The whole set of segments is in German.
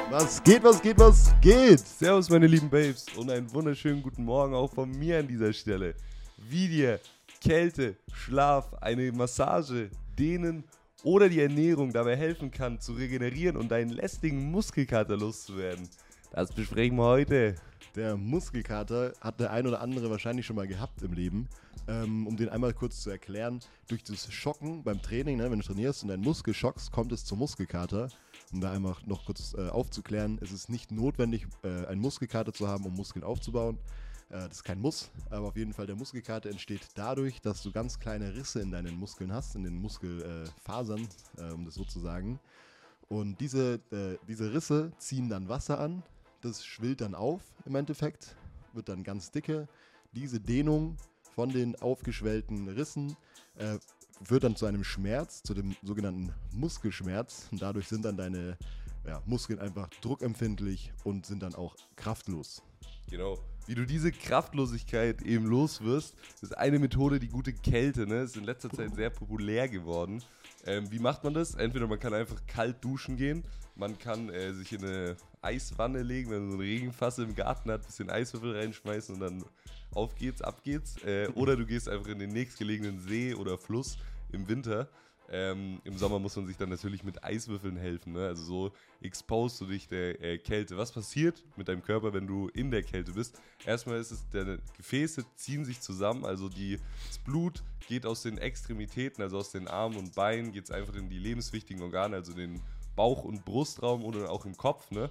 Was geht, was geht, was geht? Servus meine lieben Babes und einen wunderschönen guten Morgen auch von mir an dieser Stelle. Wie dir Kälte, Schlaf, eine Massage, Dehnen oder die Ernährung dabei helfen kann zu regenerieren und deinen lästigen Muskelkater loszuwerden, das besprechen wir heute. Der Muskelkater hat der ein oder andere wahrscheinlich schon mal gehabt im Leben. Um den einmal kurz zu erklären, durch das Schocken beim Training, wenn du trainierst und deinen Muskel schockst, kommt es zum Muskelkater. Um da einfach noch kurz aufzuklären, es ist nicht notwendig, einen Muskelkater zu haben, um Muskeln aufzubauen. Das ist kein Muss, aber auf jeden Fall der Muskelkater entsteht dadurch, dass du ganz kleine Risse in deinen Muskeln hast, in den Muskelfasern, um das so zu sagen. Und diese Risse ziehen dann Wasser an, das schwillt dann auf im Endeffekt, wird dann ganz dicke. Diese Dehnung von den aufgeschwellten Rissen führt dann zu einem Schmerz, zu dem sogenannten Muskelschmerz. Und dadurch sind dann deine Muskeln einfach druckempfindlich und sind dann auch kraftlos. Genau. Wie du diese Kraftlosigkeit eben los wirst, ist eine Methode die gute Kälte. Ne? Ist in letzter Zeit sehr populär geworden. Wie macht man das? Entweder man kann einfach kalt duschen gehen, man kann sich in eine Eiswanne legen, wenn man so ein Regenfass im Garten hat, ein bisschen Eiswürfel reinschmeißen und dann auf geht's, ab geht's. Oder du gehst einfach in den nächstgelegenen See oder Fluss im Winter. Im Sommer muss man sich dann natürlich mit Eiswürfeln helfen, ne? Also so exposed du dich der Kälte. Was passiert mit deinem Körper, wenn du in der Kälte bist? Erstmal ist es, deine Gefäße ziehen sich zusammen, also das Blut geht aus den Extremitäten, also aus den Armen und Beinen, geht es einfach in die lebenswichtigen Organe, also den Bauch- und Brustraum oder auch im Kopf, ne?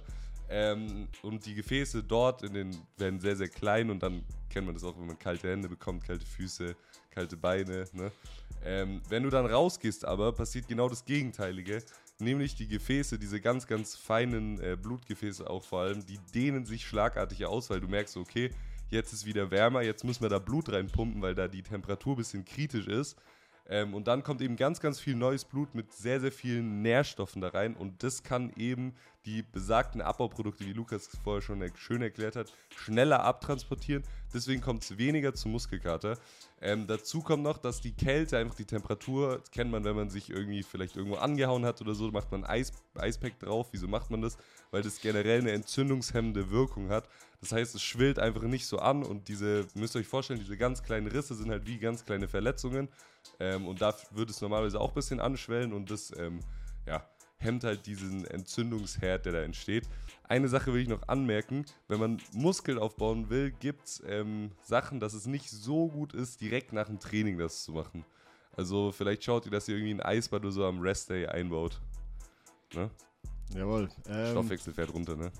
Und die Gefäße dort werden sehr, sehr klein und dann kennt man das auch, wenn man kalte Hände bekommt, kalte Füße, kalte Beine, ne? Wenn du dann rausgehst aber, passiert genau das Gegenteilige, nämlich die Gefäße, diese ganz, ganz feinen Blutgefäße auch vor allem, die dehnen sich schlagartig aus, weil du merkst, okay, jetzt ist wieder wärmer, jetzt müssen wir da Blut reinpumpen, weil da die Temperatur ein bisschen kritisch ist. Und dann kommt eben ganz, ganz viel neues Blut mit sehr, sehr vielen Nährstoffen da rein und das kann eben die besagten Abbauprodukte, wie Lukas vorher schon schön erklärt hat, schneller abtransportieren. Deswegen kommt es weniger zum Muskelkater. Dazu kommt noch, dass die Kälte, einfach die Temperatur, das kennt man, wenn man sich irgendwie vielleicht irgendwo angehauen hat oder so, macht man Eispack drauf. Wieso macht man das? Weil das generell eine entzündungshemmende Wirkung hat. Das heißt, es schwillt einfach nicht so an und müsst ihr euch vorstellen, diese ganz kleinen Risse sind halt wie ganz kleine Verletzungen. Und da würde es normalerweise auch ein bisschen anschwellen und das hemmt halt diesen Entzündungsherd, der da entsteht. Eine Sache will ich noch anmerken, wenn man Muskeln aufbauen will, gibt es Sachen, dass es nicht so gut ist, direkt nach dem Training das zu machen. Also vielleicht schaut ihr, dass ihr irgendwie ein Eisbad oder so am Restday einbaut. Ne? Jawohl. Stoffwechsel fährt runter, ne?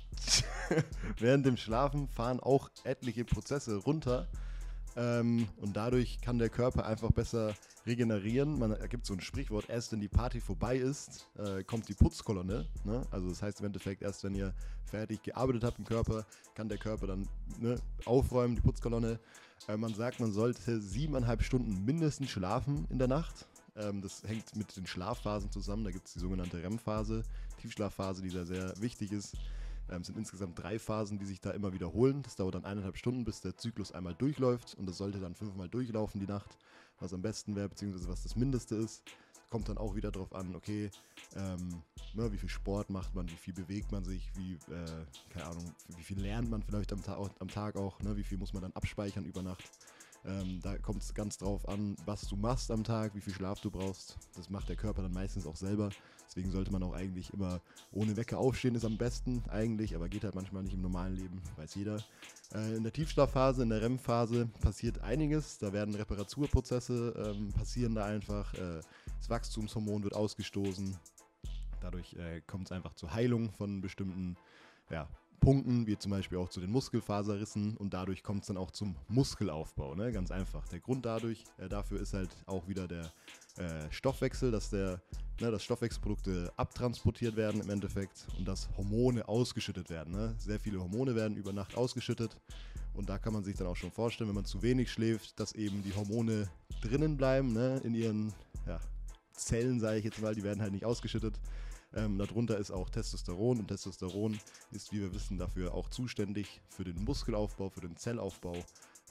Während dem Schlafen fahren auch etliche Prozesse runter. Und dadurch kann der Körper einfach besser regenerieren. Da gibt so ein Sprichwort, erst wenn die Party vorbei ist, kommt die Putzkolonne. Ne? Also das heißt im Endeffekt, erst wenn ihr fertig gearbeitet habt im Körper, kann der Körper dann aufräumen, die Putzkolonne. Man sagt, man sollte 7,5 Stunden mindestens schlafen in der Nacht. Das hängt mit den Schlafphasen zusammen. Da gibt es die sogenannte REM-Phase, Tiefschlafphase, die da sehr wichtig ist. Es sind insgesamt 3 Phasen, die sich da immer wiederholen. Das dauert dann 1,5 Stunden, bis der Zyklus einmal durchläuft. Und das sollte dann 5-mal durchlaufen die Nacht, was am besten wäre, beziehungsweise was das Mindeste ist. Kommt dann auch wieder darauf an, okay, wie viel Sport macht man, wie viel bewegt man sich, keine Ahnung, wie viel lernt man vielleicht am Tag auch, ne? Wie viel muss man dann abspeichern über Nacht. Da kommt es ganz drauf an, was du machst am Tag, wie viel Schlaf du brauchst. Das macht der Körper dann meistens auch selber. Deswegen sollte man auch eigentlich immer ohne Wecker aufstehen, ist am besten eigentlich, aber geht halt manchmal nicht im normalen Leben, weiß jeder. In der Tiefschlafphase, in der REM-Phase passiert einiges. Da werden Reparaturprozesse passieren da einfach. Das Wachstumshormon wird ausgestoßen. Dadurch kommt es einfach zur Heilung von bestimmten Punkten, wie zum Beispiel auch zu den Muskelfaserrissen und dadurch kommt es dann auch zum Muskelaufbau, ne? Ganz einfach. Der Grund dafür ist halt auch wieder der Stoffwechsel, dass Stoffwechselprodukte abtransportiert werden im Endeffekt und dass Hormone ausgeschüttet werden. Ne? Sehr viele Hormone werden über Nacht ausgeschüttet und da kann man sich dann auch schon vorstellen, wenn man zu wenig schläft, dass eben die Hormone drinnen bleiben, ne? In ihren Zellen, sage ich jetzt mal, die werden halt nicht ausgeschüttet. Darunter ist auch Testosteron und Testosteron ist, wie wir wissen, dafür auch zuständig für den Muskelaufbau, für den Zellaufbau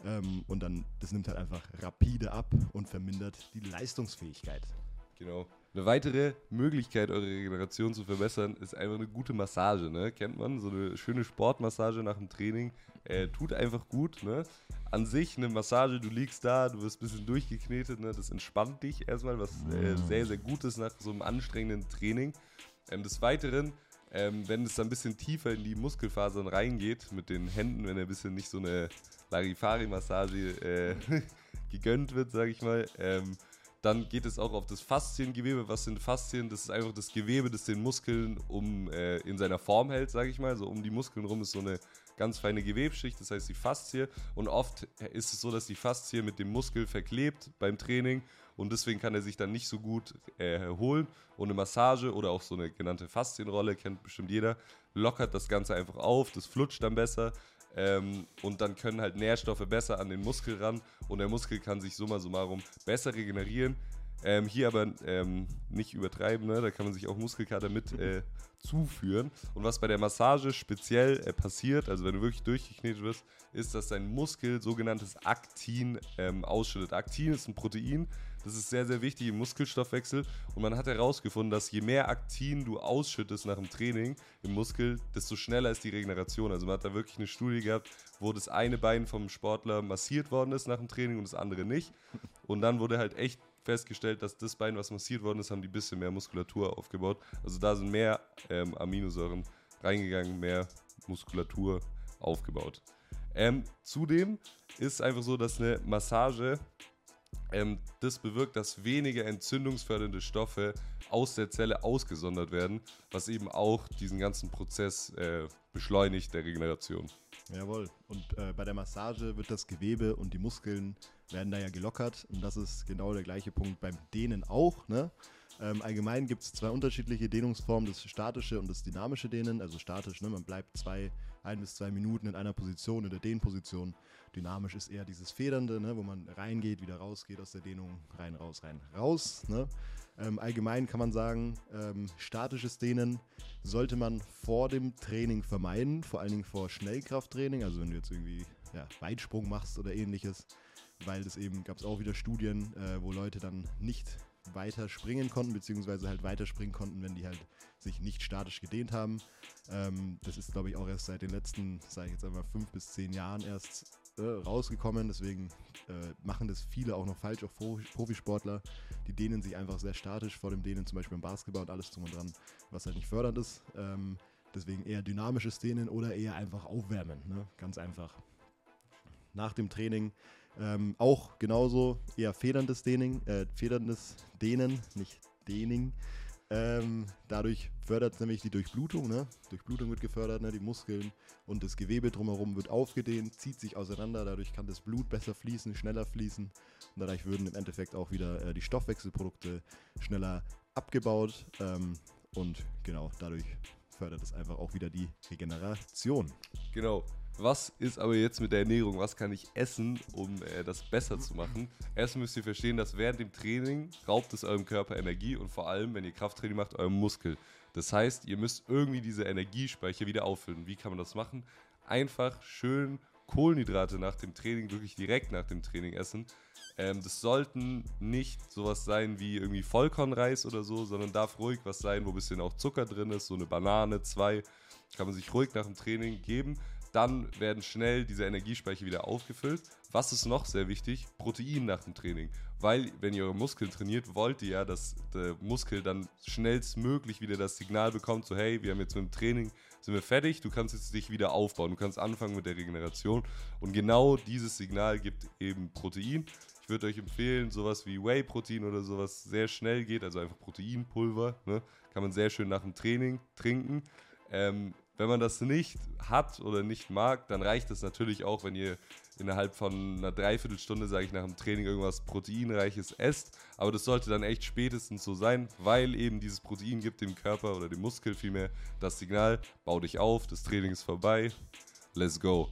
und dann, das nimmt halt einfach rapide ab und vermindert die Leistungsfähigkeit. Genau. Eine weitere Möglichkeit, eure Regeneration zu verbessern, ist einfach eine gute Massage, ne? Kennt man? So eine schöne Sportmassage nach dem Training. Tut einfach gut, ne? An sich eine Massage, du liegst da, du wirst ein bisschen durchgeknetet, ne? Das entspannt dich erstmal, was sehr, sehr gut ist nach so einem anstrengenden Training. Des Weiteren, wenn es dann ein bisschen tiefer in die Muskelfasern reingeht, mit den Händen, wenn ein bisschen nicht so eine Larifari-Massage gegönnt wird, sage ich mal, dann geht es auch auf das Fasziengewebe. Was sind Faszien? Das ist einfach das Gewebe, das den Muskeln in seiner Form hält, sage ich mal. So um die Muskeln rum ist so eine ganz feine Gewebschicht, das heißt die Faszie. Und oft ist es so, dass die Faszie mit dem Muskel verklebt beim Training und deswegen kann er sich dann nicht so gut erholen. Und eine Massage oder auch so eine genannte Faszienrolle, kennt bestimmt jeder, lockert das Ganze einfach auf, das flutscht dann besser. Und dann können halt Nährstoffe besser an den Muskel ran und der Muskel kann sich summa summarum besser regenerieren. Hier aber nicht übertreiben, ne? Da kann man sich auch Muskelkater mit zuführen. Und was bei der Massage speziell passiert, also wenn du wirklich durchgeknetet wirst, ist, dass dein Muskel sogenanntes Aktin ausschüttet. Aktin ist ein Protein, das ist sehr, sehr wichtig im Muskelstoffwechsel und man hat herausgefunden, dass je mehr Aktin du ausschüttest nach dem Training im Muskel, desto schneller ist die Regeneration. Also man hat da wirklich eine Studie gehabt, wo das eine Bein vom Sportler massiert worden ist nach dem Training und das andere nicht. Und dann wurde halt echt festgestellt, dass das Bein, was massiert worden ist, haben die ein bisschen mehr Muskulatur aufgebaut. Also da sind mehr Aminosäuren reingegangen, mehr Muskulatur aufgebaut. Zudem ist es einfach so, dass eine Massage das bewirkt, dass weniger entzündungsfördernde Stoffe aus der Zelle ausgesondert werden, was eben auch diesen ganzen Prozess beschleunigt der Regeneration. Jawohl. Und bei der Massage wird das Gewebe und die Muskeln werden da ja gelockert. Und das ist genau der gleiche Punkt beim Dehnen auch. Ne? Allgemein gibt es zwei unterschiedliche Dehnungsformen, das statische und das dynamische Dehnen. Also statisch, ne? Man bleibt 1 bis 2 Minuten in einer Position, in der Dehnposition. Dynamisch ist eher dieses Federnde, ne? Wo man reingeht, wieder rausgeht aus der Dehnung, rein, raus. Ne? Allgemein kann man sagen, statisches Dehnen sollte man vor dem Training vermeiden, vor allen Dingen vor Schnellkrafttraining, also wenn du jetzt irgendwie Weitsprung machst oder ähnliches, weil das eben, gab es auch wieder Studien, wo Leute dann nicht weiter springen konnten, beziehungsweise halt weiter springen konnten, wenn die halt sich nicht statisch gedehnt haben. Das ist, glaube ich, auch erst seit den letzten, sage ich jetzt einmal, 5 bis 10 Jahren erst rausgekommen, deswegen machen das viele auch noch falsch, auch Profisportler, die dehnen sich einfach sehr statisch vor dem Dehnen, zum Beispiel im Basketball und alles drum und dran, was halt nicht fördernd ist. Deswegen eher dynamisches Dehnen oder eher einfach aufwärmen, ne? Ganz einfach. Nach dem Training auch genauso eher federndes Dehnen, nicht Dehning. Dadurch fördert es nämlich die Durchblutung, ne? Durchblutung wird gefördert, ne? Die Muskeln und das Gewebe drumherum wird aufgedehnt, zieht sich auseinander, dadurch kann das Blut besser fließen, schneller fließen und dadurch würden im Endeffekt auch wieder die Stoffwechselprodukte schneller abgebaut und genau, dadurch fördert es einfach auch wieder die Regeneration. Genau. Was ist aber jetzt mit der Ernährung? Was kann ich essen, um das besser zu machen? Erst müsst ihr verstehen, dass während dem Training raubt es eurem Körper Energie und vor allem, wenn ihr Krafttraining macht, eurem Muskel. Das heißt, ihr müsst irgendwie diese Energiespeicher wieder auffüllen. Wie kann man das machen? Einfach schön Kohlenhydrate nach dem Training, wirklich direkt nach dem Training essen. Das sollten nicht sowas sein wie irgendwie Vollkornreis oder so, sondern darf ruhig was sein, wo ein bisschen auch Zucker drin ist, so eine Banane, 2, kann man sich ruhig nach dem Training geben. Dann werden schnell diese Energiespeicher wieder aufgefüllt. Was ist noch sehr wichtig? Protein nach dem Training. Weil, wenn ihr eure Muskeln trainiert, wollt ihr ja, dass der Muskel dann schnellstmöglich wieder das Signal bekommt, so hey, wir haben jetzt mit dem Training, sind wir fertig, du kannst jetzt dich wieder aufbauen, du kannst anfangen mit der Regeneration. Und genau dieses Signal gibt eben Protein. Ich würde euch empfehlen, sowas wie Whey-Protein oder sowas sehr schnell geht, also einfach Proteinpulver, ne? Kann man sehr schön nach dem Training trinken. Wenn man das nicht hat oder nicht mag, dann reicht es natürlich auch, wenn ihr innerhalb von einer Dreiviertelstunde, sage ich, nach dem Training irgendwas Proteinreiches esst. Aber das sollte dann echt spätestens so sein, weil eben dieses Protein gibt dem Körper oder dem Muskel vielmehr das Signal, bau dich auf, das Training ist vorbei, let's go.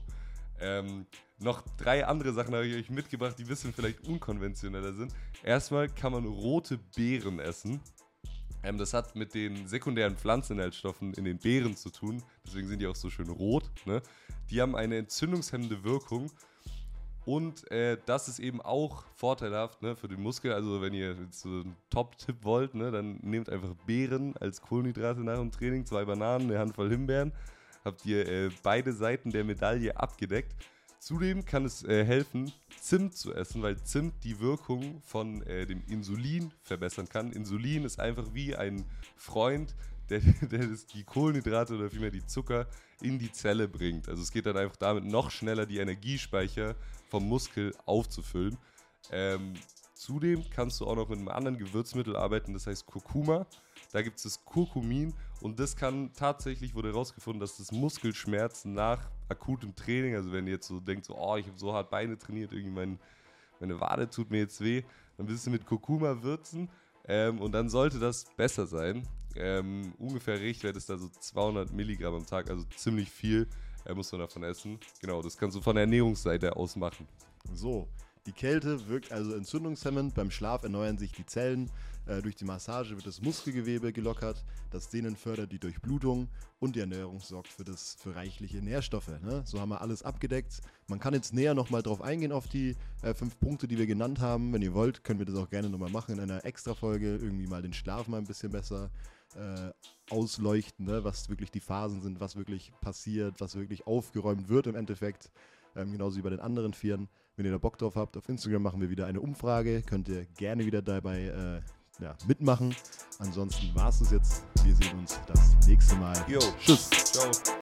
Noch 3 andere Sachen habe ich euch mitgebracht, die ein bisschen vielleicht unkonventioneller sind. Erstmal kann man rote Beeren essen. Das hat mit den sekundären Pflanzeninhaltsstoffen in den Beeren zu tun, deswegen sind die auch so schön rot. Ne? Die haben eine entzündungshemmende Wirkung Und das ist eben auch vorteilhaft, ne, für den Muskel. Also wenn ihr jetzt so einen Top-Tipp wollt, ne, dann nehmt einfach Beeren als Kohlenhydrate nach dem Training, 2 Bananen, eine Handvoll Himbeeren. Habt ihr beide Seiten der Medaille abgedeckt. Zudem kann es helfen, Zimt zu essen, weil Zimt die Wirkung von dem Insulin verbessern kann. Insulin ist einfach wie ein Freund, der die Kohlenhydrate oder vielmehr die Zucker in die Zelle bringt. Also es geht dann einfach damit noch schneller, die Energiespeicher vom Muskel aufzufüllen. Zudem kannst du auch noch mit einem anderen Gewürzmittel arbeiten, das heißt Kurkuma. Da gibt es das Kurkumin und das kann tatsächlich, wurde herausgefunden, dass das Muskelschmerz nach akutem Training, also wenn ihr jetzt so denkt, so, oh, ich habe so hart Beine trainiert, irgendwie meine Wade tut mir jetzt weh, dann willst du mit Kurkuma würzen und dann sollte das besser sein. Ungefähr Richtwert ist da so 200 Milligramm am Tag, also ziemlich viel muss man davon essen. Genau, das kannst du von der Ernährungsseite aus machen. So, die Kälte wirkt also entzündungshemmend. Beim Schlaf erneuern sich die Zellen. Durch die Massage wird das Muskelgewebe gelockert. Das Dehnen fördert die Durchblutung und die Ernährung sorgt für reichliche Nährstoffe. Ne? So haben wir alles abgedeckt. Man kann jetzt näher nochmal drauf eingehen auf die 5 Punkte, die wir genannt haben. Wenn ihr wollt, können wir das auch gerne nochmal machen in einer Extra-Folge. Irgendwie mal den Schlaf mal ein bisschen besser ausleuchten, ne? Was wirklich die Phasen sind, was wirklich passiert, was wirklich aufgeräumt wird im Endeffekt. Genauso wie bei den anderen Vieren. Wenn ihr da Bock drauf habt, auf Instagram machen wir wieder eine Umfrage. Könnt ihr gerne wieder dabei mitmachen. Ansonsten war es das jetzt. Wir sehen uns das nächste Mal. Jo. Tschüss. Ciao.